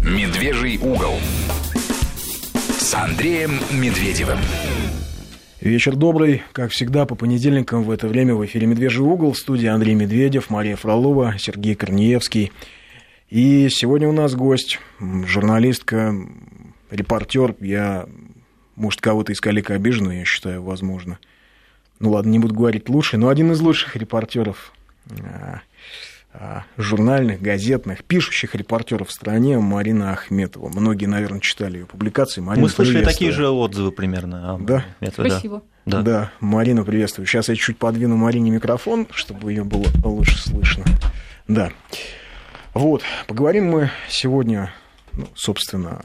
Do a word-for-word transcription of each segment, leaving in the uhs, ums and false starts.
«Медвежий угол» с Андреем Медведевым. Вечер добрый. Как всегда, по понедельникам в это время в эфире «Медвежий угол». В студии Андрей Медведев, Мария Фролова, Сергей Корнеевский. И сегодня у нас гость, журналистка, репортер. Я, может, кого-то из коллег обижу, но я считаю, возможно. Ну ладно, не буду говорить лучше, но один из лучших репортеров, журнальных, газетных, пишущих репортеров в стране, Марина Ахметова. Многие, наверное, читали ее публикации. Марина, мы слышали такие же отзывы примерно. Да? Ахметовой, Спасибо. Да. да, Марину приветствую. Сейчас я чуть подвину Марине микрофон, чтобы ее было лучше слышно. Да. Вот, поговорим мы сегодня, ну, собственно,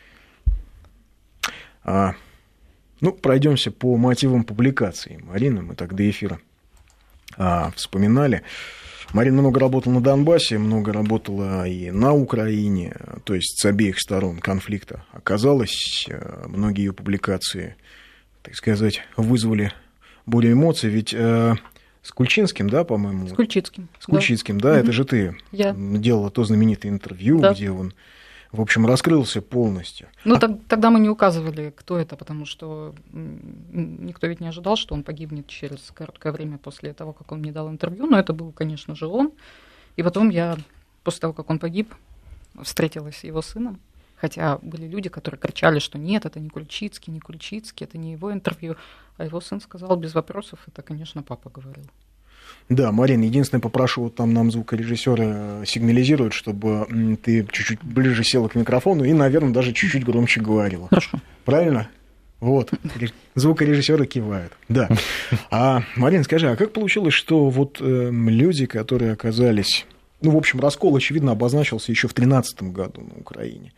а, ну, пройдемся по мотивам публикации Марины. Мы так до эфира а, вспоминали. Марина много работала на Донбассе, много работала и на Украине, то есть с обеих сторон конфликта. Оказалось, многие ее публикации, так сказать, вызвали более эмоций, ведь э, с Кульчинским, да, по-моему? С Кульчицким. С Кульчицким, да, да, это же ты Я. делала то знаменитое интервью, да, где он, в общем, раскрылся полностью. Ну, а... так, тогда мы не указывали, кто это, потому что никто ведь не ожидал, что он погибнет через короткое время после того, как он мне дал интервью, но это был, конечно же, он. И потом я, после того, как он погиб, встретилась с его сыном, хотя были люди, которые кричали, что нет, это не Кульчицкий, не Кульчицкий, это не его интервью, а его сын сказал без вопросов, это, конечно, папа говорил. Да, Марина, единственное, попрошу, вот там нам звукорежиссеры сигнализируют, чтобы ты чуть-чуть ближе села к микрофону и, наверное, даже чуть-чуть громче говорила. Хорошо. Правильно? Вот, звукорежиссеры кивают. Да. А, Марина, скажи, а как получилось, что вот э, люди, которые оказались... Ну, в общем, раскол, очевидно, обозначился еще в две тысячи тринадцатом году на Украине.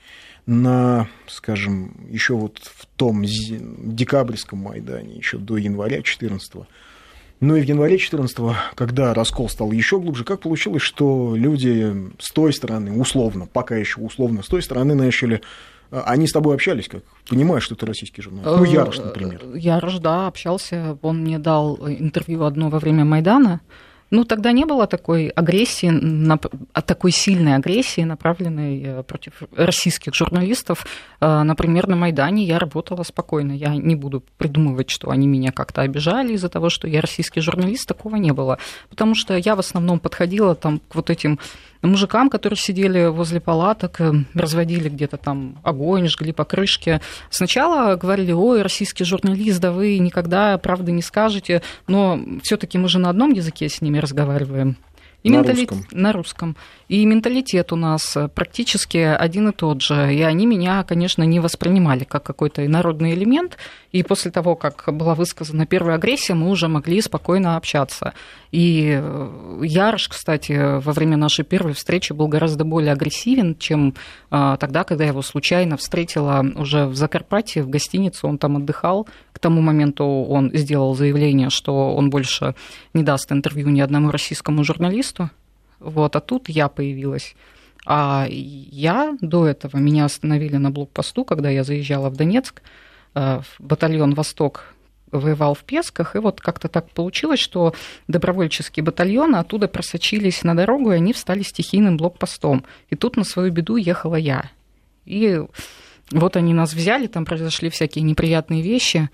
На, скажем, еще вот в том декабрьском Майдане, еще до января две тысячи четырнадцатого. Ну и в январе две тысячи четырнадцатого, когда раскол стал еще глубже, как получилось, что люди с той стороны, условно, пока еще условно, с той стороны начали... Они с тобой общались, как понимаешь, что ты российский журналист? Ну, Ярош, например. Ярош, да, общался. Он мне дал интервью одно во время Майдана. Ну, тогда не было такой агрессии, такой сильной агрессии, направленной против российских журналистов. Например, на Майдане я работала спокойно. Я не буду придумывать, что они меня как-то обижали из-за того, что я российский журналист. Такого не было. Потому что я в основном подходила там к вот этим мужикам, которые сидели возле палаток, разводили где-то там огонь, жгли покрышки. Сначала говорили: ой, российский журналист, да вы никогда правды не скажете, но все-таки мы же на одном языке с ними разговариваем. И на менталитет... русском. На русском. И менталитет у нас практически один и тот же. И они меня, конечно, не воспринимали как какой-то инородный элемент. И после того, как была высказана первая агрессия, мы уже могли спокойно общаться. И Ярош, кстати, во время нашей первой встречи был гораздо более агрессивен, чем тогда, когда я его случайно встретила уже в Закарпатье, в гостинице, он там отдыхал. К тому моменту он сделал заявление, что он больше не даст интервью ни одному российскому журналисту. Вот, а тут я появилась. А я до этого, меня остановили на блокпосту, когда я заезжала в Донецк, батальон «Восток» воевал в Песках, и вот как-то так получилось, что добровольческие батальоны оттуда просочились на дорогу, и они встали стихийным блокпостом. И тут на свою беду ехала я. И вот они нас взяли, там произошли всякие неприятные вещи.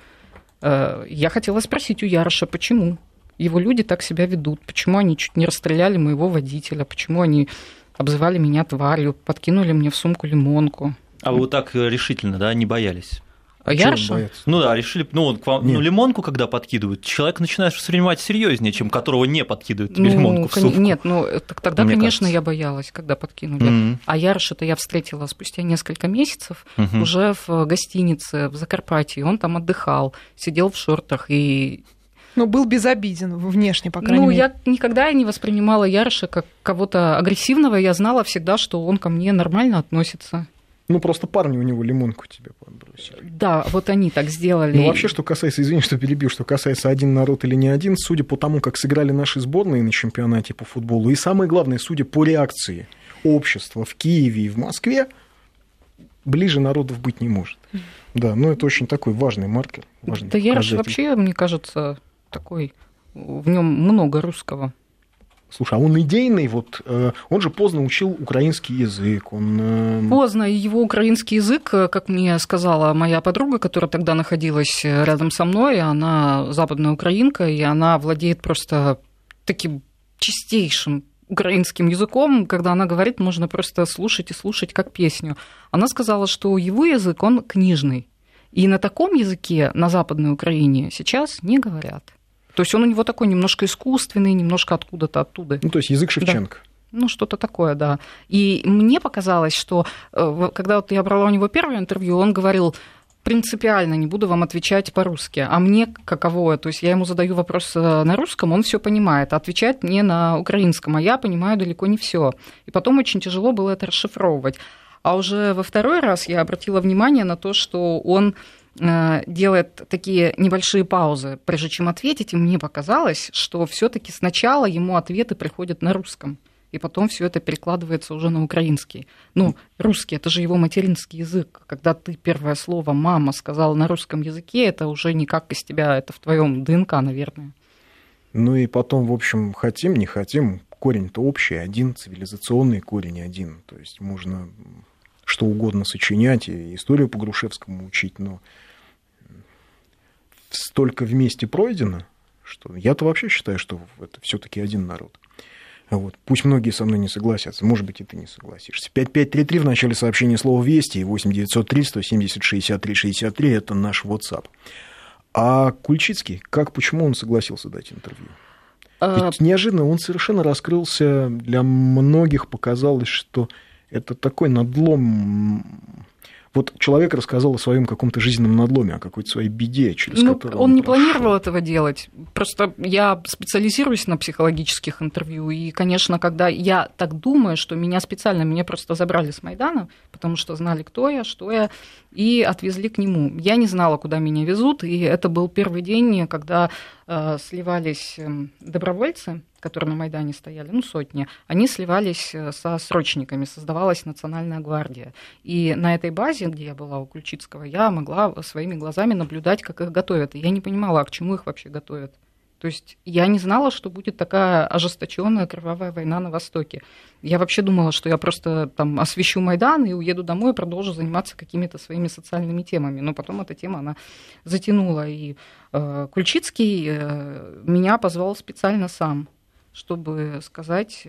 Я хотела спросить у Яроша, почему его люди так себя ведут, почему они чуть не расстреляли моего водителя, почему они обзывали меня тварью, подкинули мне в сумку лимонку. А вы вот так решительно, да, не боялись? Яроша? Ну да, решили, ну, он к вам, ну, лимонку, когда подкидывают, человек начинает воспринимать серьезнее, чем которого не подкидывают тебе ну, лимонку в сумку. Нет, ну так, тогда, Мне конечно, кажется. я боялась, когда подкинули. Mm-hmm. А Яроша-то я встретила спустя несколько месяцев mm-hmm. уже в гостинице в Закарпатье. Он там отдыхал, сидел в шортах и... Ну, был безобиден внешне, по крайней ну, мере. Ну, я никогда не воспринимала Яроша как кого-то агрессивного. Я знала всегда, что он ко мне нормально относится. Ну, просто парни у него лимонку тебе подбросили. Да, вот они так сделали. Ну, вообще, что касается, извини, что перебил, что касается один народ или не один, судя по тому, как сыграли наши сборные на чемпионате по футболу, и самое главное, судя по реакции общества в Киеве и в Москве, ближе народов быть не может. Да, ну это очень такой важный маркер. Да Ярош вообще, мне кажется, такой, в нем много русского. Слушай, а он идейный, вот он же поздно учил украинский язык. Он... Поздно. Его украинский язык, как мне сказала моя подруга, которая тогда находилась рядом со мной, она западная украинка, и она владеет просто таким чистейшим украинским языком, когда она говорит, можно просто слушать и слушать как песню. Она сказала, что его язык, он книжный. И на таком языке на Западной Украине сейчас не говорят. То есть он у него такой немножко искусственный, немножко откуда-то оттуда. Ну, то есть язык Шевченко. Да. Ну, что-то такое, да. И мне показалось, что когда вот я брала у него первое интервью, он говорил, принципиально не буду вам отвечать по-русски. А мне каково? То есть я ему задаю вопрос на русском, он все понимает, а отвечать не на украинском, а я понимаю далеко не все. И потом очень тяжело было это расшифровывать. А уже во второй раз я обратила внимание на то, что он делает такие небольшие паузы, прежде чем ответить, и мне показалось, что все-таки сначала ему ответы приходят на русском, и потом все это перекладывается уже на украинский. Ну, русский — это же его материнский язык. Когда ты первое слово «мама» сказала на русском языке, это уже никак из тебя, это в твоем ДНК, наверное. Ну и потом, в общем, хотим, не хотим, корень-то общий один, цивилизационный корень один. То есть можно что угодно сочинять и историю по Грушевскому учить, но столько вместе пройдено, что я-то вообще считаю, что это все-таки один народ. Вот. Пусть многие со мной не согласятся, может быть, и ты не согласишься. пять пять три три в начале сообщения слово «Вести» и восемь девятьсот три сто семьдесят шестьдесят три шестьдесят три – это наш WhatsApp. А Кульчицкий, как, почему он согласился дать интервью? Ведь неожиданно он совершенно раскрылся, для многих показалось, что это такой надлом. Вот человек рассказал о своем каком-то жизненном надломе, о какой-то своей беде, через ну, которую он он не прошел. планировал этого делать. Просто я специализируюсь на психологических интервью, и, конечно, когда я так думаю, что меня специально, меня просто забрали с Майдана, потому что знали, кто я, что я, и отвезли к нему. Я не знала, куда меня везут, и это был первый день, когда э, сливались добровольцы, которые на Майдане стояли, ну, сотни, они сливались со срочниками, создавалась Национальная гвардия. И на этой базе, где я была у Ключицкого, я могла своими глазами наблюдать, как их готовят. И я не понимала, а к чему их вообще готовят. То есть я не знала, что будет такая ожесточенная кровавая война на Востоке. Я вообще думала, что я просто там освещу Майдан и уеду домой и продолжу заниматься какими-то своими социальными темами. Но потом эта тема, она затянула. И э, Кульчицкий э, меня позвал специально сам, чтобы сказать,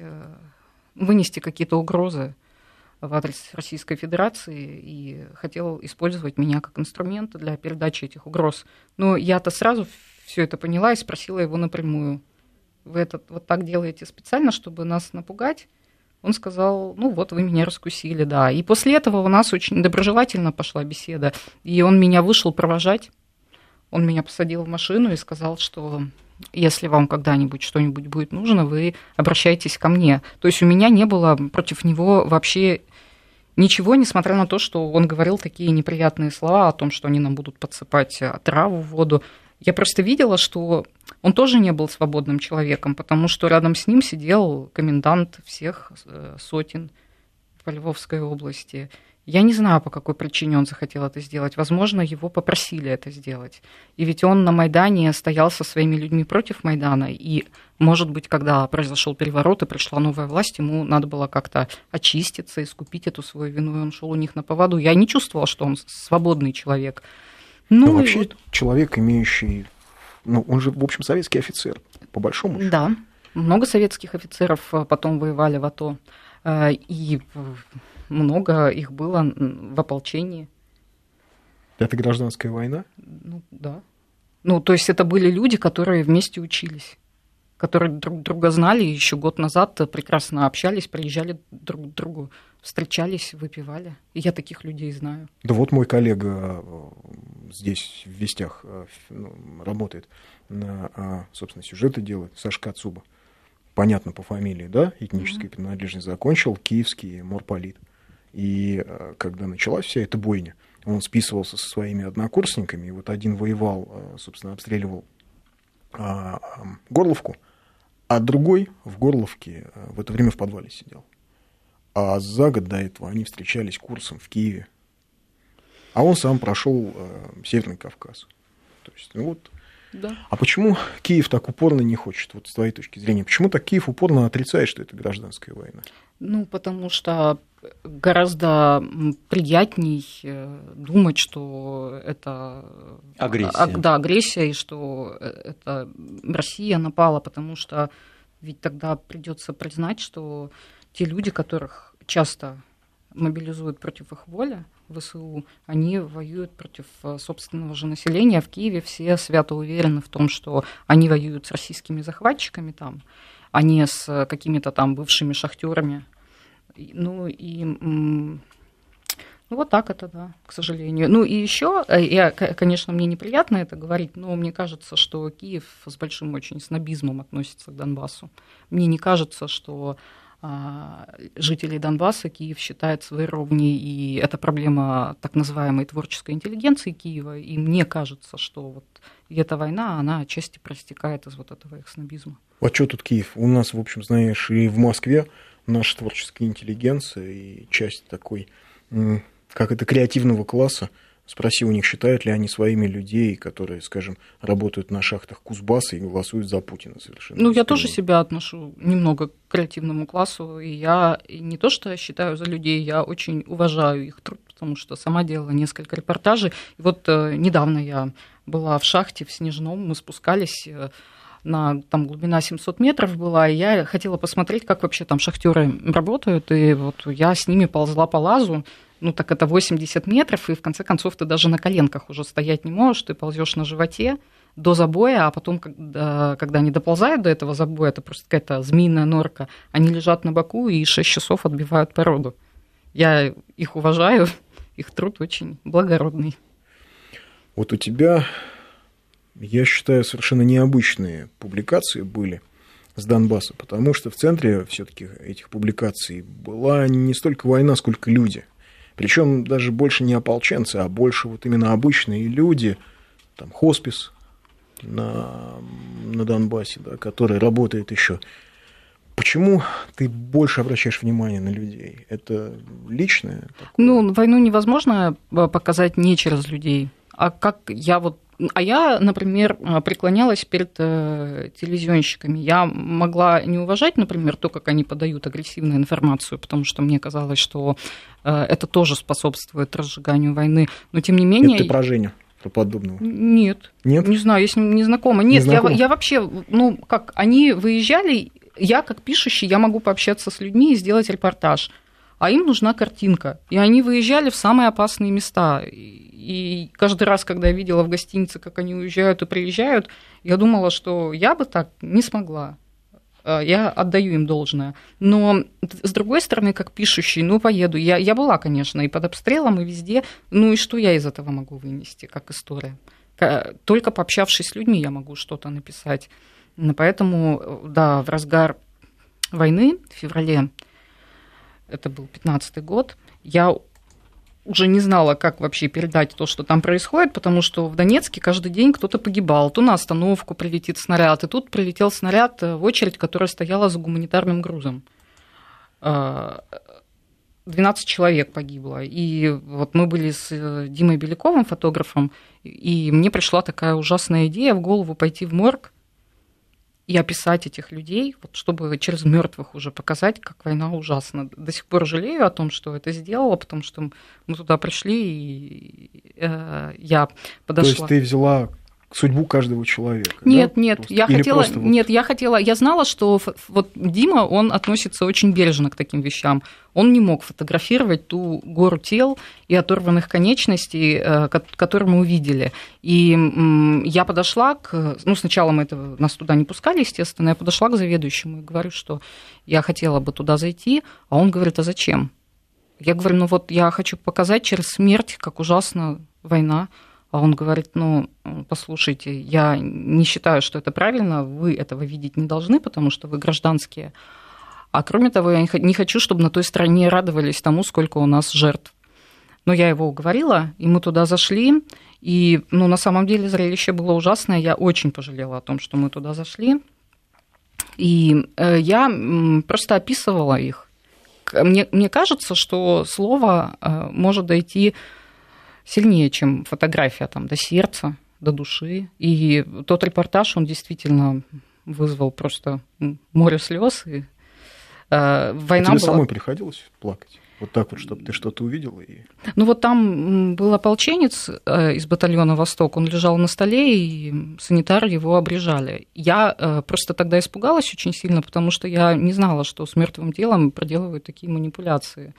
вынести какие-то угрозы в адрес Российской Федерации, и хотел использовать меня как инструмент для передачи этих угроз. Но я-то сразу все это поняла и спросила его напрямую. Вы это вот так делаете специально, чтобы нас напугать? Он сказал, ну вот, вы меня раскусили, да. И после этого у нас очень доброжелательно пошла беседа, и он меня вышел провожать, он меня посадил в машину и сказал, что если вам когда-нибудь что-нибудь будет нужно, вы обращайтесь ко мне. То есть у меня не было против него вообще ничего, несмотря на то, что он говорил такие неприятные слова о том, что они нам будут подсыпать траву в воду. Я просто видела, что он тоже не был свободным человеком, потому что рядом с ним сидел комендант всех сотен по Львовской области. Я не знаю, по какой причине он захотел это сделать. Возможно, его попросили это сделать. И ведь он на Майдане стоял со своими людьми против Майдана. И, может быть, когда произошел переворот и пришла новая власть, ему надо было как-то очиститься, искупить эту свою вину, и он шел у них на поводу. Я не чувствовала, что он свободный человек. Ну, Но вообще вот. Человек, имеющий... Ну, он же, в общем, советский офицер, по большому счету. Да. Много советских офицеров потом воевали в АТО. И... много их было в ополчении. Это гражданская война? Ну, да. Ну, то есть это были люди, которые вместе учились, которые друг друга знали, еще год назад прекрасно общались, приезжали друг к другу, встречались, выпивали. И я таких людей знаю. Да вот мой коллега здесь в Вестях ну, работает, на, собственно, сюжеты делает, Саша Кацуба. Понятно по фамилии, да, этническая mm-hmm. принадлежность, закончил киевский морполит. И когда началась вся эта бойня, он списывался со своими однокурсниками, и вот один воевал, собственно, обстреливал Горловку, а другой в Горловке в это время в подвале сидел. А за год до этого они встречались курсом в Киеве. А он сам прошел Северный Кавказ. То есть, ну вот, Да. А почему Киев так упорно не хочет, вот с твоей точки зрения? Почему так Киев упорно отрицает, что это гражданская война? Ну, потому что гораздо приятней думать, что это агрессия. Да, агрессия, и что это Россия напала, потому что ведь тогда придется признать, что те люди, которых часто мобилизуют против их воли, ВСУ, они воюют против собственного же населения. В Киеве все свято уверены в том, что они воюют с российскими захватчиками там, а не с какими-то там бывшими шахтерами. Ну и ну, вот так это, да, к сожалению. Ну и еще, я, конечно, мне неприятно это говорить, но мне кажется, что Киев с большим очень снобизмом относится к Донбассу. Мне не кажется, что жителей Донбасса Киев считает своей ровней, и это проблема так называемой творческой интеллигенции Киева, и мне кажется, что вот эта война, она отчасти проистекает из вот этого их снобизма. А что тут Киев? У нас, в общем, знаешь, и в Москве наша творческая интеллигенция, и часть такой, как это, креативного класса. Спроси у них, считают ли они своими людей, которые, скажем, работают на шахтах Кузбасса и голосуют за Путина совершенно. Ну, я тоже себя отношу немного к креативному классу, и я не то что считаю за людей, я очень уважаю их труд, потому что сама делала несколько репортажей. И вот э, недавно я была в шахте в Снежном, мы спускались, э, на, там глубина семьсот метров была, и я хотела посмотреть, как вообще там шахтеры работают, и вот я с ними ползла по лазу. Ну, так это восемьдесят метров, и в конце концов ты даже на коленках уже стоять не можешь, ты ползешь на животе до забоя, а потом, когда, когда они доползают до этого забоя, это просто какая-то змеиная норка, они лежат на боку и шесть часов отбивают породу. Я их уважаю, их труд очень благородный. Вот у тебя, я считаю, совершенно необычные публикации были с Донбасса, потому что в центре все-таки этих публикаций была не столько война, сколько люди. Причем даже больше не ополченцы, а больше вот именно обычные люди, там хоспис на, на Донбассе, да, который работает еще. Почему ты больше обращаешь внимание на людей? Это личное? Такое? Ну, войну невозможно показать не через людей. А как я вот А я, например, преклонялась перед телевизионщиками. Я могла не уважать, например, то, как они подают агрессивную информацию, потому что мне казалось, что это тоже способствует разжиганию войны. Но, тем не менее... Это ты про Женю, про подобного? Нет. Нет? Не знаю, я с ним не знакома. Нет, не знакома? Я, я вообще... Ну, как, они выезжали, я, как пишущий, я могу пообщаться с людьми и сделать репортаж. А им нужна картинка. И они выезжали в самые опасные места. И каждый раз, когда я видела в гостинице, как они уезжают и приезжают, я думала, что я бы так не смогла. Я отдаю им должное. Но, с другой стороны, как пишущий, ну, поеду. Я, я была, конечно, и под обстрелом, и везде. Ну, и что я из этого могу вынести, как история? Только пообщавшись с людьми, я могу что-то написать. Поэтому, да, в разгар войны, в феврале, это был пятнадцатый год, я уже не знала, как вообще передать то, что там происходит, потому что в Донецке каждый день кто-то погибал. То на остановку прилетит снаряд, и тут прилетел снаряд в очередь, которая стояла за гуманитарным грузом. двенадцать человек погибло. И вот мы были с Димой Беляковым, фотографом, и мне пришла такая ужасная идея в голову пойти в морг и описать этих людей, вот, чтобы через мертвых уже показать, как война ужасна. До сих пор жалею о том, что это сделала, потому что мы туда пришли, и э, я подошла. То есть ты взяла судьбу каждого человека? Нет, да? нет, Просто? я Или хотела, вот... нет, я хотела, я знала, что вот Дима, он относится очень бережно к таким вещам. Он не мог фотографировать ту гору тел и оторванных конечностей, которые мы увидели. И я подошла к... Ну, сначала мы это, нас туда не пускали, естественно. Я подошла к заведующему и говорю, что я хотела бы туда зайти. А он говорит, а зачем? Я говорю, ну вот я хочу показать через смерть, как ужасна война. А он говорит, ну, послушайте, я не считаю, что это правильно, вы этого видеть не должны, потому что вы гражданские. А кроме того, я не хочу, чтобы на той стороне радовались тому, сколько у нас жертв. Но я его уговорила, и мы туда зашли, и, ну, на самом деле зрелище было ужасное, я очень пожалела о том, что мы туда зашли. И я просто описывала их. Мне, мне кажется, что слово может дойти сильнее, чем фотография, там, до сердца, до души. И тот репортаж, он действительно вызвал просто море слез. И, э, война а тебе была... самой приходилось плакать? Вот так вот, чтобы ты что-то увидела? И... Ну вот там был ополченец из батальона «Восток», он лежал на столе, и санитары его обрежали. Я просто тогда испугалась очень сильно, потому что я не знала, что с мертвым телом проделывают такие манипуляции.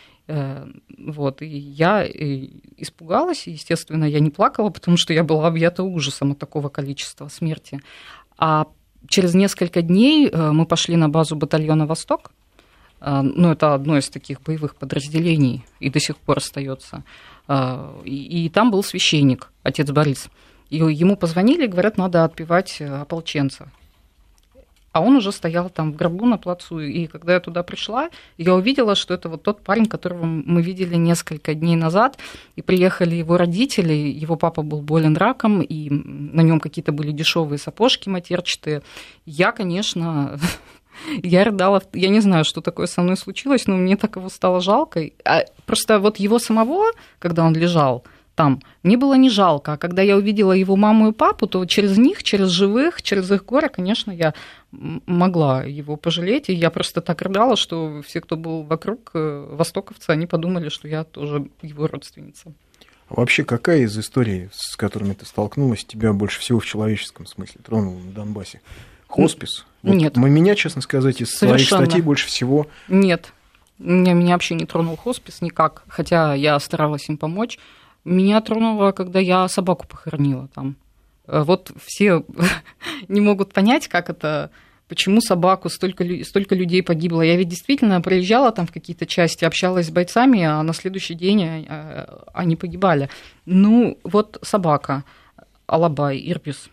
Вот, и я испугалась, и, естественно, я не плакала, потому что я была объята ужасом от такого количества смерти. А через несколько дней мы пошли на базу батальона «Восток». Ну, это одно из таких боевых подразделений, и до сих пор остается. И, и там был священник, отец Борис. И ему позвонили и говорят, надо отпевать ополченца. А он уже стоял там в гробу на плацу. И когда я туда пришла, я увидела, что это вот тот парень, которого мы видели несколько дней назад. И приехали его родители, его папа был болен раком, и на нем какие-то были дешевые сапожки матерчатые. Я, конечно... Я рыдала, я не знаю, что такое со мной случилось, но мне так его стало жалко. А просто вот его самого, когда он лежал там, мне было не жалко. А когда я увидела его маму и папу, то через них, через живых, через их горе, конечно, я могла его пожалеть. И я просто так рыдала, что все, кто был вокруг, востоковцы, они подумали, что я тоже его родственница. А вообще, какая из историй, с которыми ты столкнулась, тебя больше всего в человеческом смысле тронула на Донбассе? Хоспис? Вот Нет. Меня, честно сказать, из Совершенно. своих статей больше всего... Нет. Меня, меня вообще не тронул хоспис никак, хотя я старалась им помочь. Меня тронуло, когда я собаку похоронила там. Вот все не могут понять, как это... Почему собаку, столько, столько людей погибло. Я ведь действительно приезжала там в какие-то части, общалась с бойцами, а на следующий день они погибали. Ну, вот собака, Алабай, Ирбис.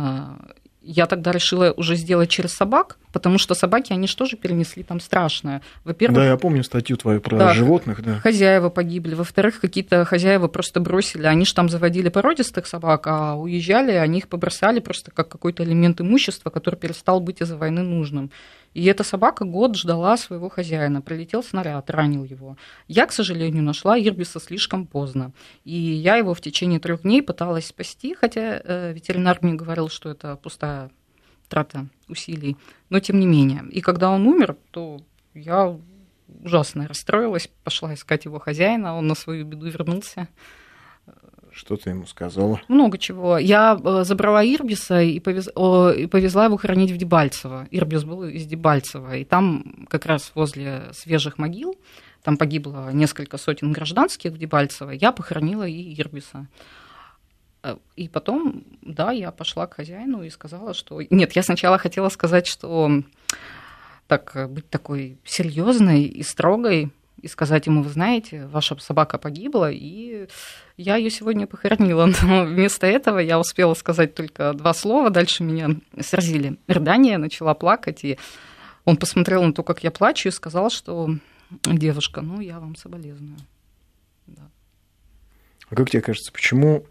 Я тогда решила уже сделать через собак, потому что собаки, они же тоже перенесли там страшное. Во-первых, да, я помню статью твою про да, животных. Да. Хозяева погибли. Во-вторых, какие-то хозяева просто бросили. Они же там заводили породистых собак, а уезжали, они их побросали просто как какой-то элемент имущества, который перестал быть из-за войны нужным. И эта собака год ждала своего хозяина. Прилетел снаряд, ранил его. Я, к сожалению, нашла Ирбиса слишком поздно. И я его в течение трех дней пыталась спасти, хотя ветеринар мне говорил, что это пустая трата усилий. Но тем не менее. И когда он умер, то я ужасно расстроилась, пошла искать его хозяина, он на свою беду вернулся. Что ты ему сказала? Много чего. Я забрала Ирбиса и, повез... и повезла его хоронить в Дебальцево. Ирбис был из Дебальцева. И там как раз возле свежих могил, там погибло несколько сотен гражданских в Дебальцево, я похоронила и Ирбиса. И потом, да, я пошла к хозяину и сказала, что... Нет, я сначала хотела сказать, что так, быть такой серьезной и строгой, и сказать ему, вы знаете, ваша собака погибла, и я ее сегодня похоронила. Но вместо этого я успела сказать только два слова, дальше меня сразили рыдания, начала плакать, и он посмотрел на то, как я плачу, и сказал, что девушка, ну, я вам соболезную. Да. А как тебе кажется, почему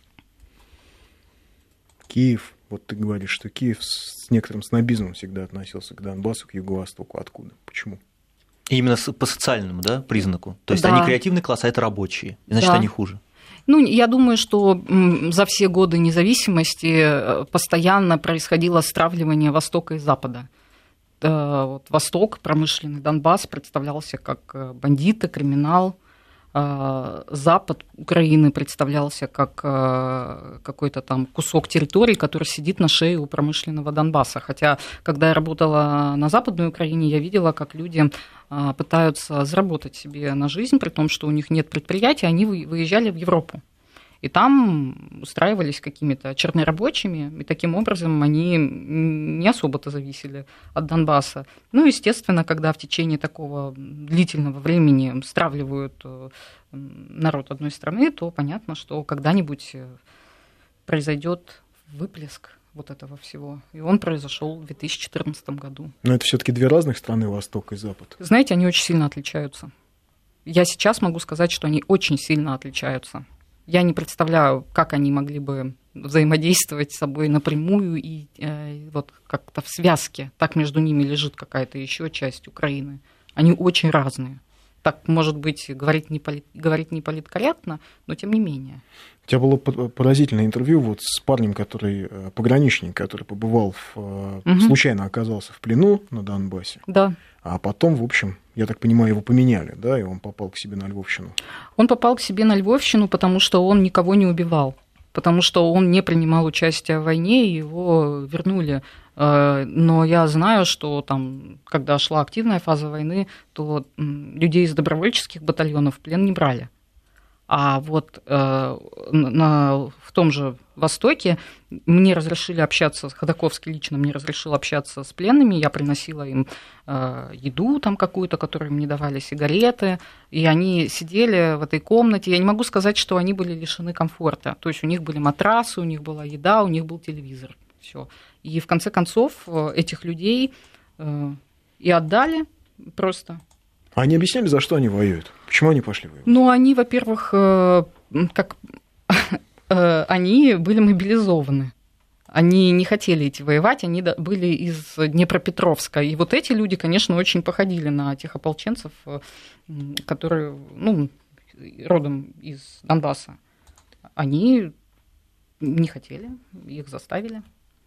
Киев, вот ты говоришь, что Киев с некоторым снобизмом всегда относился к Донбассу, к Юго-Востоку, откуда? Почему? Именно по социальному, да, признаку. То есть да. Они креативный класс, а это рабочие. Значит, да. Они хуже. Ну, я думаю, что за все годы независимости постоянно происходило стравливание Востока и Запада. Вот Восток, промышленный Донбасс представлялся как бандиты, криминал. Запад Украины представлялся как какой-то там кусок территории, который сидит на шее у промышленного Донбасса. Хотя, когда я работала на Западной Украине, я видела, как люди пытаются заработать себе на жизнь, при том, что у них нет предприятий, они выезжали в Европу. И там устраивались какими-то чернорабочими, и таким образом они не особо-то зависели от Донбасса. Ну, естественно, когда в течение такого длительного времени стравливают народ одной страны, то понятно, что когда-нибудь произойдет выплеск вот этого всего. И он произошел в две тысячи четырнадцатом году. Но это все-таки две разных страны, Восток и Запад. Знаете, они очень сильно отличаются. Я сейчас могу сказать, что они очень сильно отличаются. Я не представляю, как они могли бы взаимодействовать с собой напрямую и э, вот как-то в связке. Так между ними лежит какая-то еще часть Украины. Они очень разные. так, может быть, говорить не, полит, говорить не политкорректно, но тем не менее. У тебя было поразительное интервью вот с парнем, который пограничник, который побывал, в, угу. случайно оказался в плену на Донбассе. Да. А потом, в общем, я так понимаю, его поменяли, да, и он попал к себе на Львовщину. Он попал к себе на Львовщину, потому что он никого не убивал, потому что он не принимал участие в войне, и его вернули. Но я знаю, что там, когда шла активная фаза войны, то людей из добровольческих батальонов в плен не брали. А вот э, на, в том же Востоке мне разрешили общаться, Ходаковский лично мне разрешил общаться с пленными, я приносила им э, еду там какую-то, которую мне давали, сигареты, и они сидели в этой комнате. Я не могу сказать, что они были лишены комфорта. То есть у них были матрасы, у них была еда, у них был телевизор. Всё. И в конце концов этих людей э, и отдали просто. А они объясняли, за что они воюют? Почему они пошли воевать? Ну, они, во-первых, как они были мобилизованы. Они не хотели идти воевать, они были из Днепропетровска. И вот эти люди, конечно, очень походили на тех ополченцев, которые, ну, родом из Донбасса. Они не хотели, их заставили.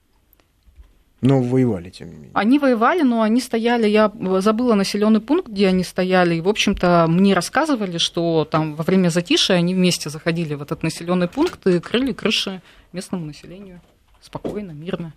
Но воевали, тем не менее. Они воевали, но они стояли, я забыла населенный пункт, где они стояли, и, в общем-то, мне рассказывали, что там во время затишья они вместе заходили в этот населенный пункт и крыли крыши местному населению. Спокойно, мирно.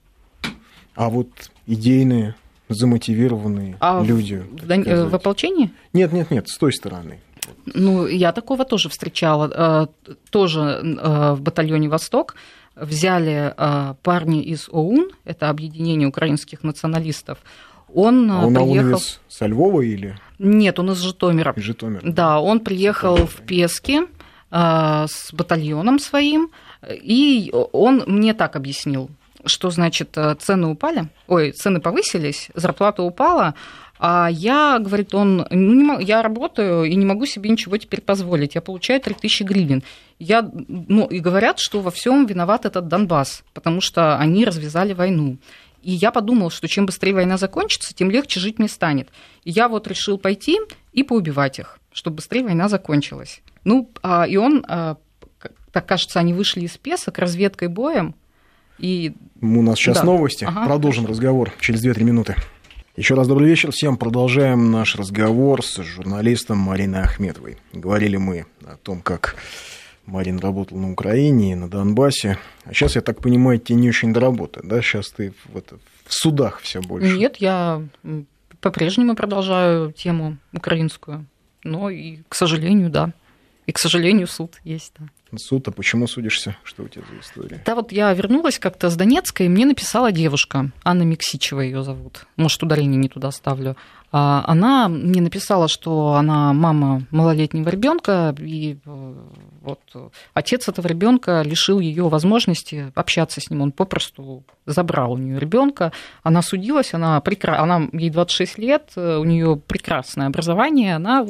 А вот идейные, замотивированные а люди... В, в, в ополчении? Нет, нет, нет, с той стороны. Ну, я такого тоже встречала. Тоже в батальоне «Восток». Взяли э, парни из ОУН, это объединение украинских националистов. Он а он приехал... из со Львова или? Нет, он из Житомира. Из Житомира. Да, он приехал Житомир. в Пески э, с батальоном своим, и он мне так объяснил, что, значит, цены упали, ой, цены повысились, зарплата упала, а я, говорит он, ну, не могу, я работаю и не могу себе ничего теперь позволить, я получаю три тысячи гривен. Я, ну, и говорят, что во всем виноват этот Донбасс, потому что они развязали войну. И я подумал, что чем быстрее война закончится, тем легче жить мне станет. И я вот решил пойти и поубивать их, чтобы быстрее война закончилась. Ну, а, и он, а, так кажется, они вышли из Песок разведкой боем. И... У нас сейчас да. новости. Ага. Продолжим разговор через две-три минуты. Еще раз добрый вечер всем. Продолжаем наш разговор с журналистом Мариной Ахметовой. Говорили мы о том, как Марина работала на Украине и на Донбассе. А сейчас, я так понимаю, тебе не очень до работы, да? Сейчас ты в, это, в судах все больше. Нет, я по-прежнему продолжаю тему украинскую. Но и, к сожалению, да. И, к сожалению, суд есть, да. Суд, а почему судишься? Что у тебя за история? Да, вот я вернулась как-то с Донецка, и мне написала девушка, Анна Мексичева ее зовут, может, ударение не туда ставлю. Она мне написала, что она мама малолетнего ребенка, и вот отец этого ребенка лишил ее возможности общаться с ним, он попросту забрал у нее ребенка. Она судилась, она, прекра... она ей двадцать шесть лет, у нее прекрасное образование, она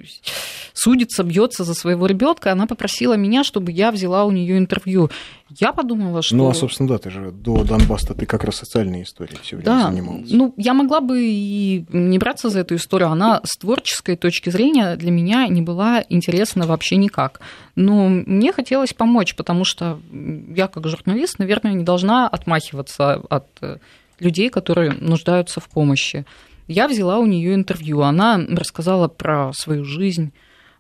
судится, бьется за своего ребенка. Она попросила меня, чтобы я взяла у нее интервью. Я подумала, что... Ну, а, собственно, да, ты же до Донбасса ты как раз социальной историей все время да, занималась. Ну, я могла бы и не браться за эту историю. Она с творческой точки зрения для меня не была интересна вообще никак. Но мне хотелось помочь, потому что я, как журналист, наверное, не должна отмахиваться от людей, которые нуждаются в помощи. Я взяла у нее интервью. Она рассказала про свою жизнь,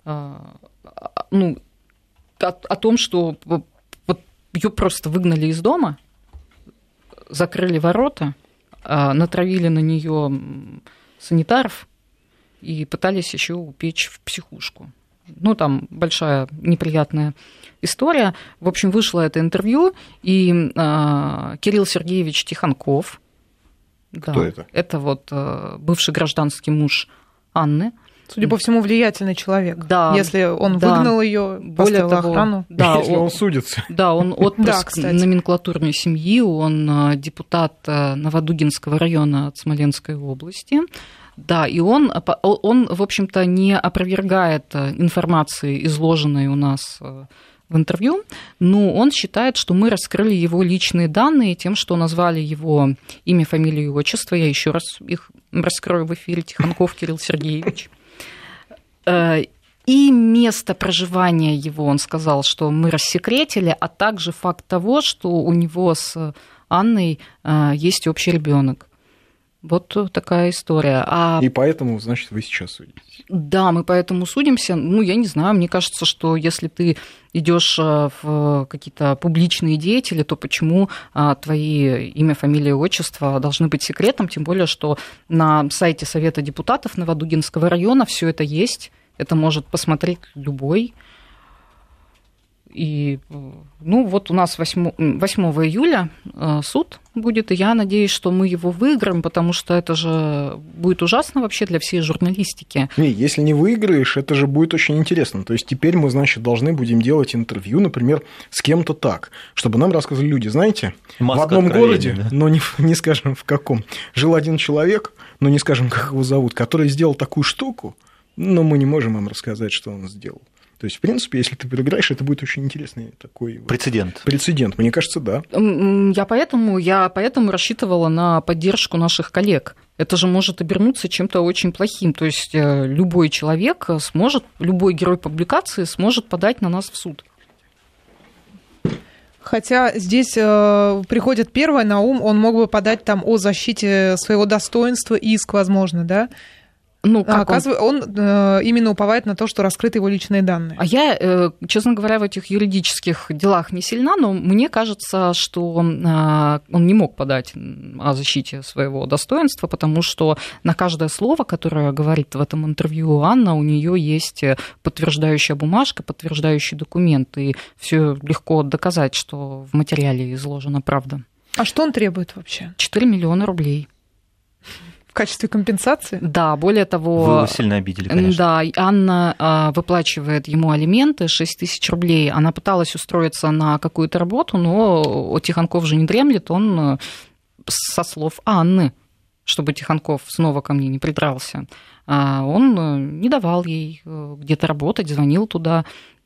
ну, о, о том, что вот ее просто выгнали из дома, закрыли ворота, натравили на нее санитаров и пытались еще упечь в психушку. Ну, там большая неприятная история. В общем, вышло это интервью, и э, Кирилл Сергеевич Тихонков, кто да, это? Это вот э, бывший гражданский муж Анны. Судя по всему, влиятельный человек. Да, если он да. выгнал ее, поставил того, охрану. Да, если он, он судится. Да, он отпрыск да, номенклатурной семьи, он депутат Новодугинского района от Смоленской области. Да, и он, он, в общем-то, не опровергает информации, изложенной у нас в интервью, но он считает, что мы раскрыли его личные данные тем, что назвали его имя, фамилию и отчество. Я еще раз их раскрою в эфире. Тихонков Кирилл Сергеевич. И место проживания его, он сказал, что мы рассекретили, а также факт того, что у него с Анной есть общий ребенок. Вот такая история. А... И поэтому, значит, вы сейчас судитесь. Да, мы поэтому судимся. Ну, я не знаю, мне кажется, что если ты идешь в какие-то публичные деятели, то почему твои имя, фамилия, отчество должны быть секретом? Тем более, что на сайте Совета депутатов Новодугинского района все это есть. Это может посмотреть любой. И, ну, вот у нас восьмого июля суд будет, и я надеюсь, что мы его выиграем, потому что это же будет ужасно вообще для всей журналистики. Не, если не выиграешь, это же будет очень интересно. То есть теперь мы, значит, должны будем делать интервью, например, с кем-то так, чтобы нам рассказывали люди, знаете, Маска в одном городе, да? но не, не скажем в каком, жил один человек, но не скажем, как его зовут, который сделал такую штуку, но мы не можем вам рассказать, что он сделал. То есть, в принципе, если ты проиграешь, это будет очень интересный такой прецедент. Прецедент, мне кажется, да. Я поэтому, я поэтому рассчитывала на поддержку наших коллег. Это же может обернуться чем-то очень плохим. То есть любой человек сможет, любой герой публикации сможет подать на нас в суд. Хотя здесь э, приходит первое на ум, он мог бы подать там о защите своего достоинства, иск, возможно, да? Ну, как Оказывается, он, он э, именно уповает на то, что раскрыты его личные данные. А я, э, честно говоря, в этих юридических делах не сильна, но мне кажется, что э, он не мог подать о защите своего достоинства, потому что на каждое слово, которое говорит в этом интервью Анна, у нее есть подтверждающая бумажка, подтверждающий документ, и все легко доказать, что в материале изложена правда. А что он требует вообще? четыре миллиона рублей. В качестве компенсации? Да, более того... Вы его сильно обидели, конечно. Да, Анна выплачивает ему алименты шесть тысяч рублей. Она пыталась устроиться на какую-то работу, но Тихонков же не дремлет, он со слов Анны, чтобы Тихонков снова ко мне не придрался, он не давал ей где-то работать, звонил туда,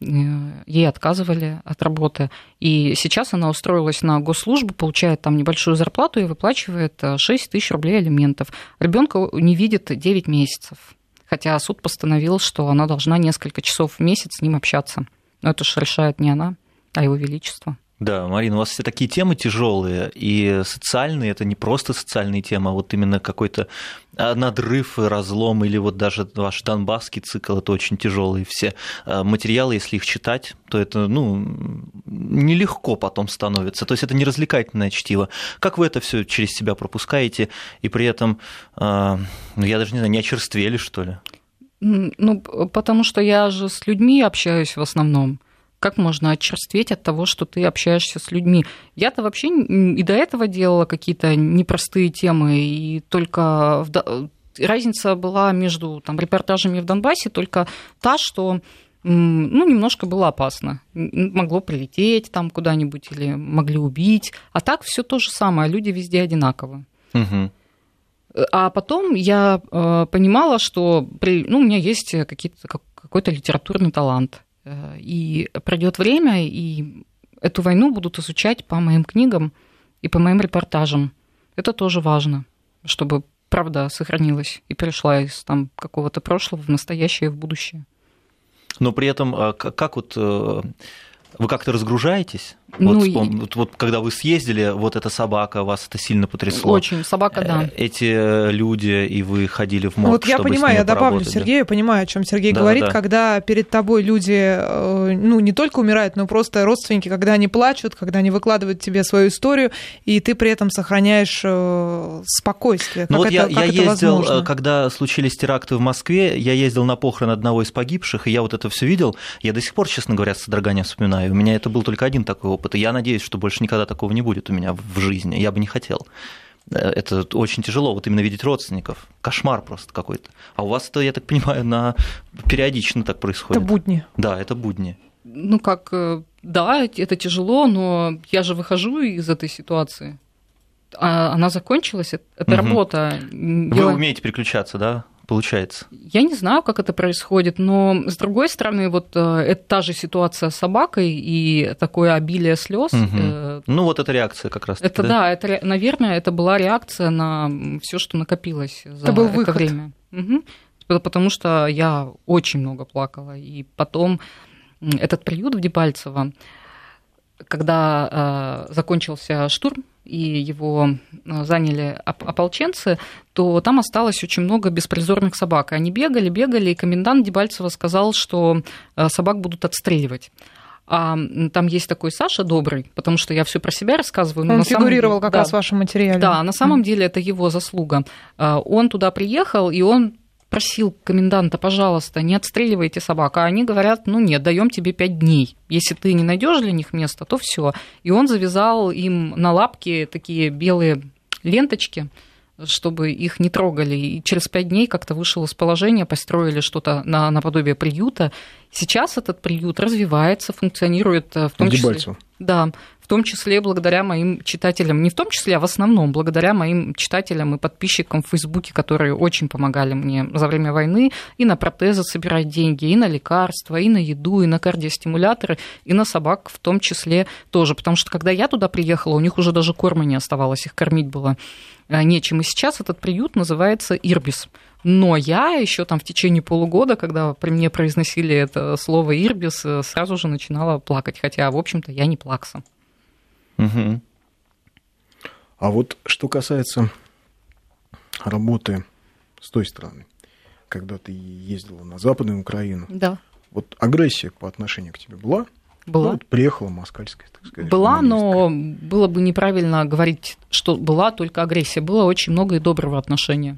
ей отказывали от работы. И сейчас она устроилась на госслужбу, получает там небольшую зарплату и выплачивает шесть тысяч рублей алиментов. Ребенка не видит девять месяцев, хотя суд постановил, что она должна несколько часов в месяц с ним общаться. Но это же решает не она, а его величество. Да, Марина, у вас все такие темы тяжелые и социальные, это не просто социальные темы, а вот именно какой-то надрыв, разлом или вот даже ваш донбасский цикл, это очень тяжелые все материалы, если их читать, то это, ну, нелегко потом становится, то есть это не развлекательное чтиво. Как вы это все через себя пропускаете и при этом, ну, я даже не знаю, не очерствели, что ли? Ну, потому что я же с людьми общаюсь в основном. Как можно очерстветь от того, что ты общаешься с людьми? Я-то вообще и до этого делала какие-то непростые темы, и только разница была между там, репортажами в Донбассе только та, что ну, немножко было опасно. Могло прилететь там куда-нибудь или могли убить. А так все то же самое, люди везде одинаковы. Угу. А потом я понимала, что при, ну, у меня есть какие-то, какой-то литературный талант. И пройдет время, и эту войну будут изучать по моим книгам и по моим репортажам. Это тоже важно, чтобы правда сохранилась и перешла из там, какого-то прошлого в настоящее и в будущее. Но при этом как вот вы как-то разгружаетесь? Ну, вот, вспом... вот, вот когда вы съездили, вот эта собака, вас это сильно потрясло. Очень, собака, да. Эти люди, и вы ходили в морг, вот я чтобы понимаю, с ними я добавлю поработать, Сергею, да? понимаю, о чем Сергей да, говорит, да. когда перед тобой люди, ну, не только умирают, но просто родственники, когда они плачут, когда они выкладывают тебе свою историю, и ты при этом сохраняешь спокойствие. Ну, как вот это, я, как я это ездил, возможно? Когда случились теракты в Москве, я ездил на похороны одного из погибших, и я вот это все видел. Я до сих пор, честно говоря, с содроганием вспоминаю. У меня это был только один такой опыт, и я надеюсь, что больше никогда такого не будет у меня в жизни. Я бы не хотел. Это очень тяжело, вот именно видеть родственников. Кошмар просто какой-то. А у вас это, я так понимаю, на... периодично так происходит. Это будни. Да, это будни. Ну как, да, это тяжело, но я же выхожу из этой ситуации. Она закончилась, это угу. работа. Вы Я... умеете переключаться, да? Получается. Я не знаю, как это происходит, но с другой стороны, вот это та же ситуация с собакой и такое обилие слез. Угу. Э... Ну вот эта реакция как раз. Это да, да это, наверное, это была реакция на все, что накопилось за это, был это выход. время. Угу. потому что я очень много плакала. И потом этот приют в Дебальцево, когда э, закончился штурм, и его заняли ополченцы, то там осталось очень много беспризорных собак. Они бегали, бегали, и комендант Дебальцева сказал, что собак будут отстреливать. А там есть такой Саша Добрый, потому что я все про себя рассказываю. Он на фигурировал самом... как да. раз в вашем материале. Да, на самом mm. деле это его заслуга. Он туда приехал, и он просил коменданта, пожалуйста, не отстреливайте собак. А они говорят, ну нет, даем тебе пять дней. Если ты не найдешь для них место, то все. И он завязал им на лапки такие белые ленточки, чтобы их не трогали. И через пять дней как-то вышел из положения, построили что-то на, наподобие приюта. Сейчас этот приют развивается, функционирует в том числе... Да, в том числе благодаря моим читателям, не в том числе, а в основном благодаря моим читателям и подписчикам в Фейсбуке, которые очень помогали мне за время войны и на протезы собирать деньги, и на лекарства, и на еду, и на кардиостимуляторы, и на собак в том числе тоже. Потому что когда я туда приехала, у них уже даже корма не оставалось, их кормить было нечем. И сейчас этот приют называется «Ирбис». Но я еще там в течение полугода, когда при мне произносили это слово «Ирбис», сразу же начинала плакать, хотя, в общем-то, я не плакса. Угу. А вот что касается работы с той стороны, когда ты ездила на Западную Украину, да. Вот агрессия по отношению к тебе была? Была. Ну, вот приехала москальская, так сказать. Была, но было бы неправильно говорить, что была только агрессия. Было очень много и доброго отношения.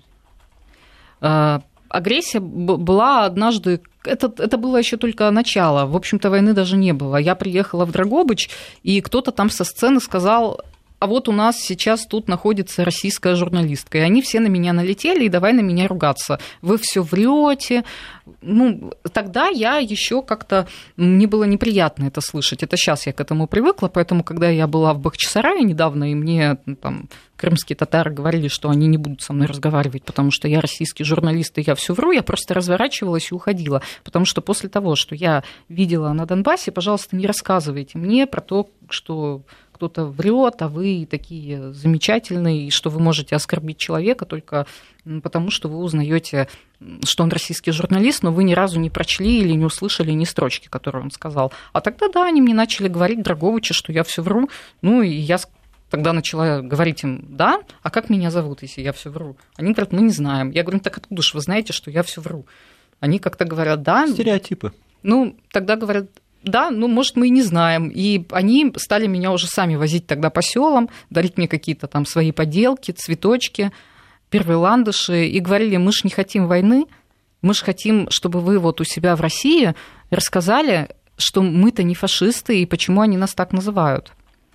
Агрессия была однажды, это, это было еще только начало, в общем-то, войны даже не было. Я приехала в Драгобыч, и кто-то там со сцены сказал, а вот у нас сейчас тут находится российская журналистка, и они все на меня налетели, и давай на меня ругаться. Вы все врете. Ну, тогда я еще как-то, мне было неприятно это слышать. Это сейчас я к этому привыкла, поэтому, когда я была в Бахчисарае недавно, и мне там крымские татары говорили, что они не будут со мной разговаривать, потому что я российский журналист, и я все вру, я просто разворачивалась и уходила. Потому что после того, что я видела на Донбассе, пожалуйста, не рассказывайте мне про то, что кто-то врет, а вы такие замечательные, и что вы можете оскорбить человека только потому, что вы узнаете, что он российский журналист, но вы ни разу не прочли или не услышали ни строчки, которые он сказал. А тогда, да, они мне начали говорить, Драговича, что я все вру, ну, и я тогда начала говорить им, да, а как меня зовут, если я все вру? Они говорят, мы не знаем. Я говорю, ну, так откуда же вы знаете, что я все вру? Они как-то говорят, да. Стереотипы. Ну, тогда говорят, да, ну, может, мы и не знаем. И они стали меня уже сами возить тогда по селам, дарить мне какие-то там свои поделки, цветочки, первые ландыши, и говорили, мы ж не хотим войны, мы ж хотим, чтобы вы вот у себя в России рассказали, что мы-то не фашисты, и почему они нас так называют.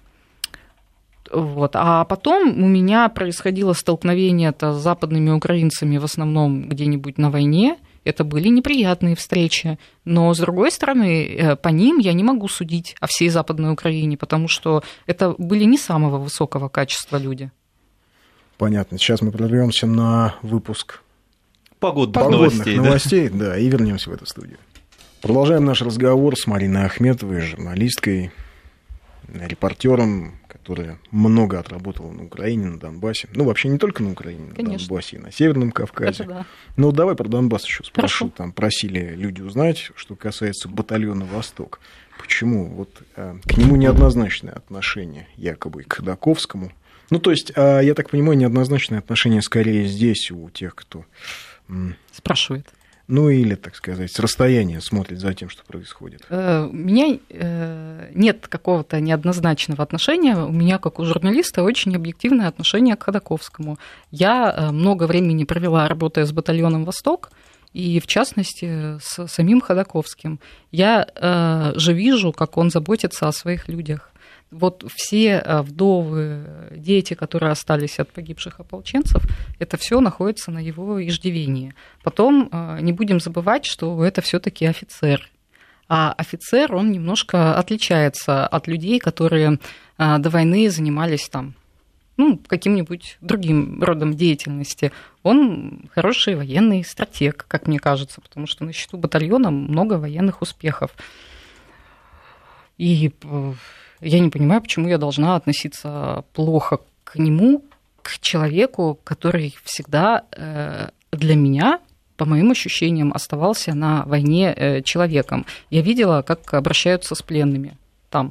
Вот. А потом у меня происходило столкновение-то с западными украинцами в основном где-нибудь на войне. Это были неприятные встречи. Но, с другой стороны, по ним я не могу судить о всей Западной Украине, потому что это были не самого высокого качества люди. Понятно. Сейчас мы прервемся на выпуск погодных, погодных новостей, новостей да? Да, и вернемся в эту студию. Продолжаем наш разговор с Мариной Ахметовой, журналисткой, репортером, которая много отработала на Украине, на Донбассе. Ну, вообще не только на Украине, Конечно. на Донбассе и на Северном Кавказе. Да. Но давай про Донбасс еще спрошу. Хорошо. Там просили люди узнать, что касается батальона «Восток». Почему вот к нему неоднозначное отношение якобы к Ходаковскому? Ну, то есть, я так понимаю, неоднозначное отношение скорее здесь у тех, кто... Спрашивает. Ну, или, так сказать, с расстояния смотрит за тем, что происходит. У меня нет какого-то неоднозначного отношения. У меня, как у журналиста, очень объективное отношение к Ходаковскому. Я много времени провела, работая с батальоном «Восток», и, в частности, с самим Ходаковским. Я же вижу, как он заботится о своих людях. Вот все вдовы, дети, которые остались от погибших ополченцев, это все находится на его иждивении. Потом не будем забывать, что это все-таки офицер. А офицер, он немножко отличается от людей, которые до войны занимались там, ну, каким-нибудь другим родом деятельности. Он хороший военный стратег, как мне кажется, потому что на счету батальона много военных успехов. И я не понимаю, почему я должна относиться плохо к нему, к человеку, который всегда для меня по моим ощущениям, оставался на войне человеком. Я видела, как обращаются с пленными там.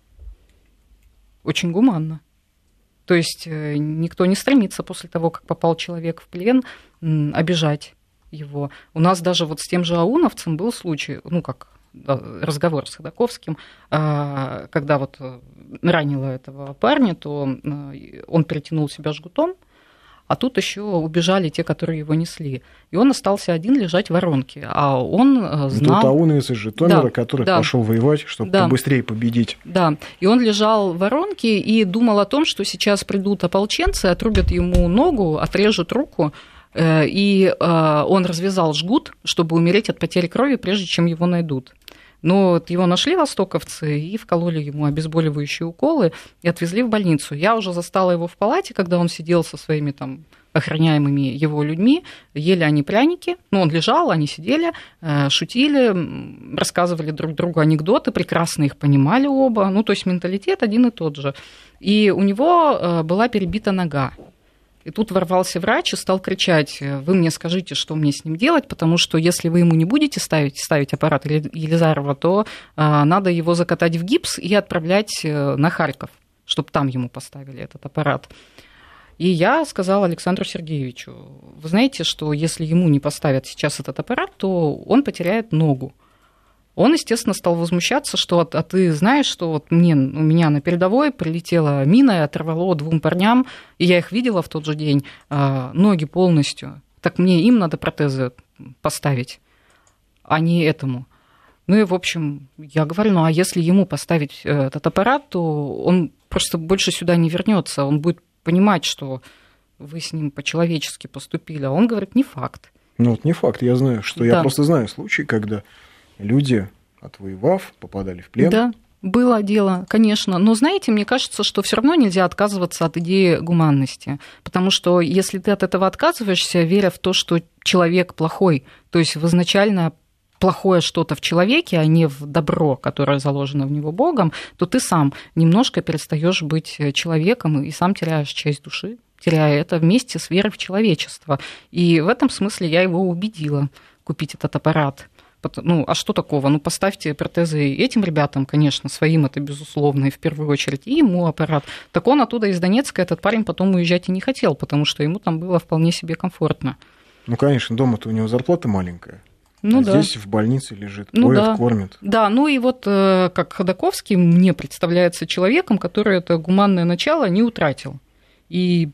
Очень гуманно. То есть никто не стремится после того, как попал человек в плен, обижать его. У нас даже вот с тем же ауновцем был случай, ну как разговор с Ходаковским, когда вот ранило этого парня, то он перетянул себя жгутом, а тут еще убежали те, которые его несли. И он остался один лежать в воронке. А он знал... Тут ауновец из Житомира, да, который да. пошел воевать, чтобы да. побыстрее победить. Да, и он лежал в воронке и думал о том, что сейчас придут ополченцы, отрубят ему ногу, отрежут руку, и он развязал жгут, чтобы умереть от потери крови, прежде чем его найдут. Но вот его нашли востоковцы и вкололи ему обезболивающие уколы и отвезли в больницу. Я уже застала его в палате, когда он сидел со своими там охраняемыми его людьми, ели они пряники, ну, он лежал, они сидели, шутили, рассказывали друг другу анекдоты, прекрасно их понимали оба, ну, то есть менталитет один и тот же. И у него была перебита нога. И тут ворвался врач и стал кричать: вы мне скажите, что мне с ним делать, потому что если вы ему не будете ставить, ставить аппарат Елизарова, то а, надо его закатать в гипс и отправлять на Харьков, чтобы там ему поставили этот аппарат. И я сказала Александру Сергеевичу: вы знаете, что если ему не поставят сейчас этот аппарат, то он потеряет ногу. Он, естественно, стал возмущаться, что а ты знаешь, что вот мне, у меня на передовой прилетела мина и оторвало двум парням, и я их видела в тот же день, ноги полностью. Так мне им надо протезы поставить, а не этому. Ну и, в общем, я говорю, ну а если ему поставить этот аппарат, то он просто больше сюда не вернется, он будет понимать, что вы с ним по-человечески поступили. А он говорит, не факт. Ну вот не факт, я знаю, что да. Я просто знаю случаи, когда... Люди, отвоевав, попадали в плен. Да, было дело, конечно. Но, знаете, мне кажется, что все равно нельзя отказываться от идеи гуманности. Потому что если ты от этого отказываешься, веря в то, что человек плохой, то есть в изначально плохое что-то в человеке, а не в добро, которое заложено в него Богом, то ты сам немножко перестаешь быть человеком и сам теряешь часть души, теряя это вместе с верой в человечество. И в этом смысле я его убедила купить этот аппарат. Ну, а что такого? Ну, поставьте протезы этим ребятам, конечно, своим это безусловно, и в первую очередь, и ему аппарат. Так он оттуда из Донецка, этот парень потом уезжать и не хотел, потому что ему там было вполне себе комфортно. Ну, конечно, дома-то у него зарплата маленькая. Ну, а да. Здесь в больнице лежит, ну, поет, да. кормит. Да, ну и вот как Ходаковский мне представляется человеком, который это гуманное начало не утратил. И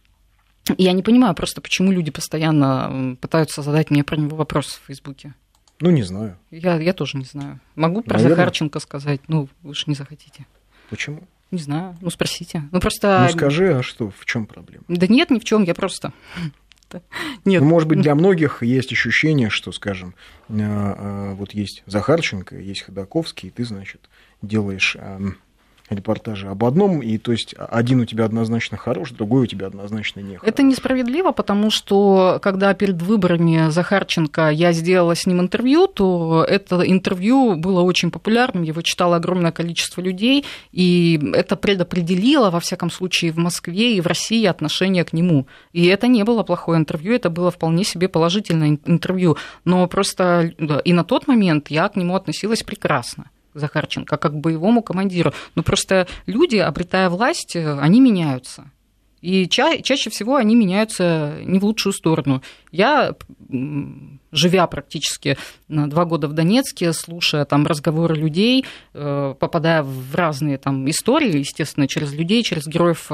я не понимаю просто, почему люди постоянно пытаются задать мне про него вопрос в Фейсбуке. Ну, не знаю. Я, я тоже не знаю. Могу про Наверное. Захарченко сказать, ну, вы же не захотите. Почему? Не знаю, ну, спросите. Ну, просто... Ну, скажи, а что, в чем проблема? Да нет, ни в чем, я просто... Нет. Ну, может быть, для многих есть ощущение, что, скажем, вот есть Захарченко, есть Ходаковский, и ты, значит, делаешь репортажи об одном, и то есть один у тебя однозначно хорош, другой у тебя однозначно не хорош. Это несправедливо, потому что когда перед выборами Захарченко я сделала с ним интервью, то это интервью было очень популярным, его читало огромное количество людей, и это предопределило, во всяком случае, в Москве и в России отношение к нему. И это не было плохое интервью, это было вполне себе положительное интервью, но просто и на тот момент я к нему относилась прекрасно. Захарченко, как к боевому командиру. Но просто люди, обретая власть, они меняются. И ча- чаще всего они меняются не в лучшую сторону. Я, живя практически два года в Донецке, слушая там разговоры людей, попадая в разные там истории, естественно, через людей, через героев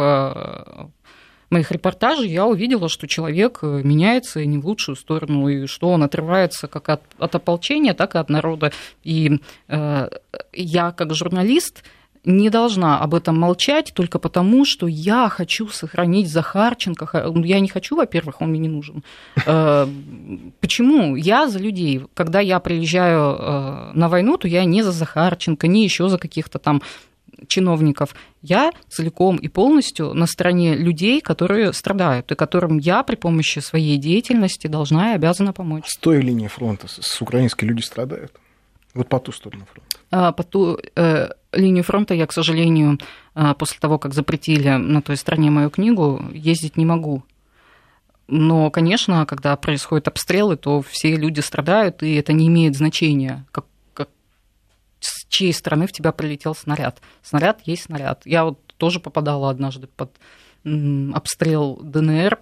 моих репортажей, я увидела, что человек меняется и не в лучшую сторону, и что он отрывается как от, от ополчения, так и от народа. И э, я, как журналист, не должна об этом молчать только потому, что я хочу сохранить Захарченко. Я не хочу, во-первых, он мне не нужен. Э, почему? Я за людей. Когда я приезжаю э, на войну, то я не за Захарченко, не еще за каких-то там чиновников. Я целиком и полностью на стороне людей, которые страдают, и которым я при помощи своей деятельности должна и обязана помочь. С той линии фронта с украинской люди страдают? Вот по ту сторону фронта. А, по ту э, линию фронта я, к сожалению, после того, как запретили на той стороне мою книгу, ездить не могу. Но, конечно, когда происходят обстрелы, то все люди страдают, и это не имеет значения, как, как, с чьей стороны в тебя прилетел снаряд. Снаряд есть снаряд. Я вот тоже попадала однажды под м, обстрел ДНР.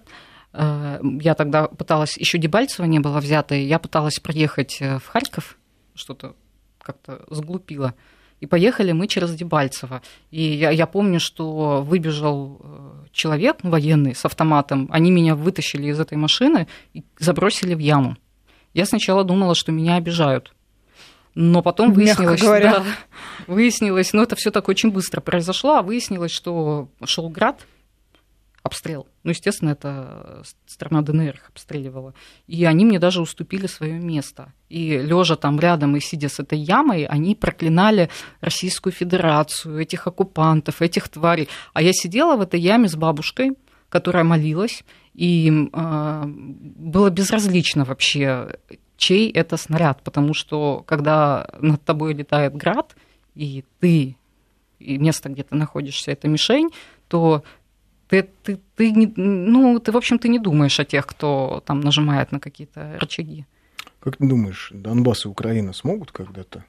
Я тогда пыталась, еще Дебальцево не было взято, и я пыталась проехать в Харьков, что-то как-то сглупила. И поехали мы через Дебальцево. И я, я помню, что выбежал человек военный с автоматом, они меня вытащили из этой машины и забросили в яму. Я сначала думала, что меня обижают. Но потом выяснилось, да, выяснилось, ну это все так очень быстро произошло, а выяснилось, что шел град, обстрел. Ну, естественно, это страна ДНР их обстреливала. И они мне даже уступили свое место. И лежа там рядом и сидя с этой ямой, они проклинали Российскую Федерацию, этих оккупантов, этих тварей. А я сидела в этой яме с бабушкой, которая молилась, и э, было безразлично вообще, чей это снаряд, потому что когда над тобой летает град, и ты, и место, где ты находишься, это мишень, то ты, ты, ты, не, ну, ты, в общем, ты не думаешь о тех, кто там нажимает на какие-то рычаги. Как ты думаешь, Донбасс и Украина смогут когда-то?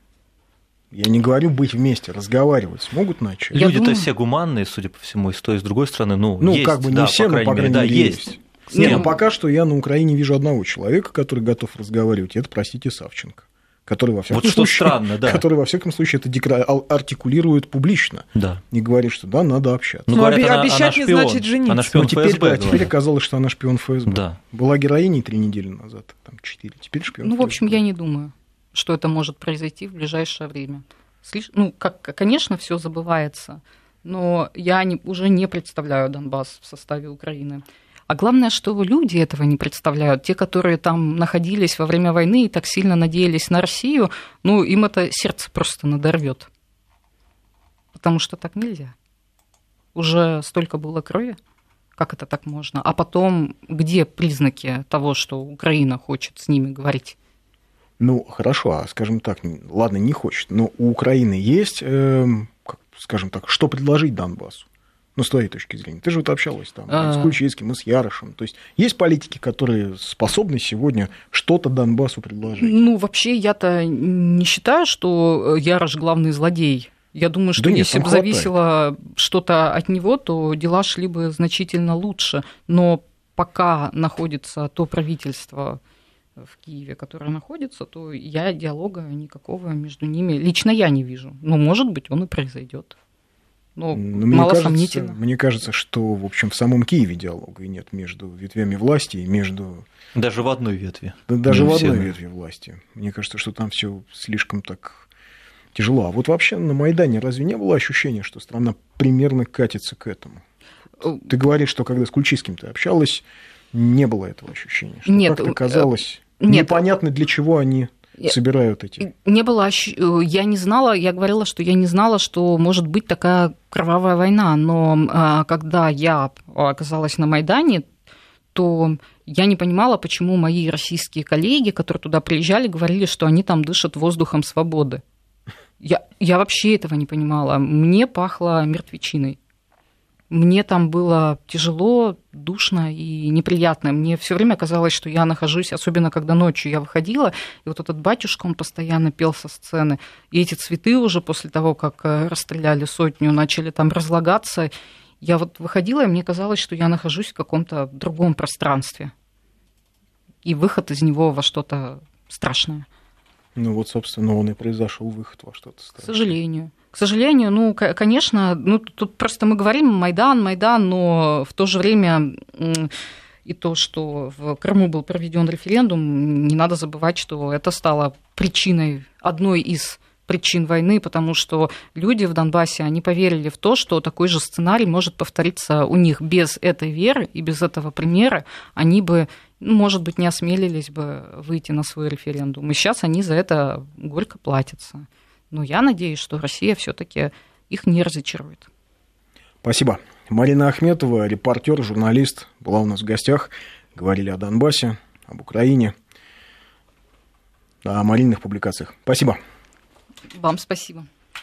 Я не говорю быть вместе, разговаривать смогут начать? Люди-то думаю... все гуманные, судя по всему, и с той, и с другой стороны, ну, ну есть, как бы не да, все, по но, по крайней мере, мере, да, есть. есть. Нет, но пока что я на Украине вижу одного человека, который готов разговаривать, и это, простите, Савченко, который во всяком вот случае, что странно, да. который во всяком случае это декра... артикулирует публично, да. и говорит, что да, надо общаться. Ну, но говорят, оби- она, обещать она не шпион. значит жениться. Она шпион ну, теперь, ФСБ, да, теперь оказалось, что она шпион ФСБ. Да. Была героиней три недели назад, там четыре, теперь шпион Ну, ФСБ. в общем, я не думаю, что это может произойти в ближайшее время. Слиш... Ну, как, конечно, все забывается, но я не, уже не представляю Донбасс в составе Украины. А главное, что люди этого не представляют. Те, которые там находились во время войны и так сильно надеялись на Россию, ну, им это сердце просто надорвет. Потому что так нельзя. Уже столько было крови, как это так можно? А потом, где признаки того, что Украина хочет с ними говорить? Ну, хорошо, а скажем так, ладно, не хочет, но у Украины есть, э, скажем так, что предложить Донбассу? Ну, с твоей точки зрения. Ты же вот общалась там а... с Ключевским и с Ярошем. То есть есть политики, которые способны сегодня что-то Донбассу предложить? Ну, вообще, я-то не считаю, что Ярош главный злодей. Я думаю, что да нет, если бы зависело что-то от него, то дела шли бы значительно лучше. Но пока находится то правительство в Киеве, которое находится, то я диалога никакого между ними лично я не вижу. Но, может быть, он и произойдет. Ну, малосомнительно. Мне кажется, что, в общем, в самом Киеве диалога и нет между ветвями власти и между... Даже в одной ветви. Даже в одной ветви власти. Мне кажется, что там все слишком так тяжело. А вот вообще на Майдане разве не было ощущения, что страна примерно катится к этому? Ты говоришь, что когда с Ключевским ты общалась, не было этого ощущения? Что нет, как-то казалось нет, непонятно, для чего они... собирают эти. Не было, я не знала, я говорила, что я не знала, что может быть такая кровавая война, но когда я оказалась на Майдане, то я не понимала, почему мои российские коллеги, которые туда приезжали, говорили, что они там дышат воздухом свободы. Я, я вообще этого не понимала. Мне пахло мертвечиной. Мне там было тяжело, душно и неприятно. Мне все время казалось, что я нахожусь, особенно когда ночью я выходила, и вот этот батюшка, он постоянно пел со сцены. И эти цветы уже после того, как расстреляли сотню, начали там разлагаться. Я вот выходила, и мне казалось, что я нахожусь в каком-то другом пространстве. И выход из него во что-то страшное. Ну вот, собственно, он и произошел, выход во что-то страшное. К сожалению. К сожалению, ну, конечно, ну, тут просто мы говорим Майдан, Майдан, но в то же время и то, что в Крыму был проведен референдум, не надо забывать, что это стало причиной, одной из причин войны, потому что люди в Донбассе, они поверили в то, что такой же сценарий может повториться у них. Без этой веры и без этого примера они бы, ну, может быть, не осмелились бы выйти на свой референдум. И сейчас они за это горько платятся. Но я надеюсь, что Россия все-таки их не разочарует. Спасибо. Марина Ахметова, репортер, журналист, была у нас в гостях. Говорили о Донбассе, об Украине, о Марининых публикациях. Спасибо. Вам спасибо.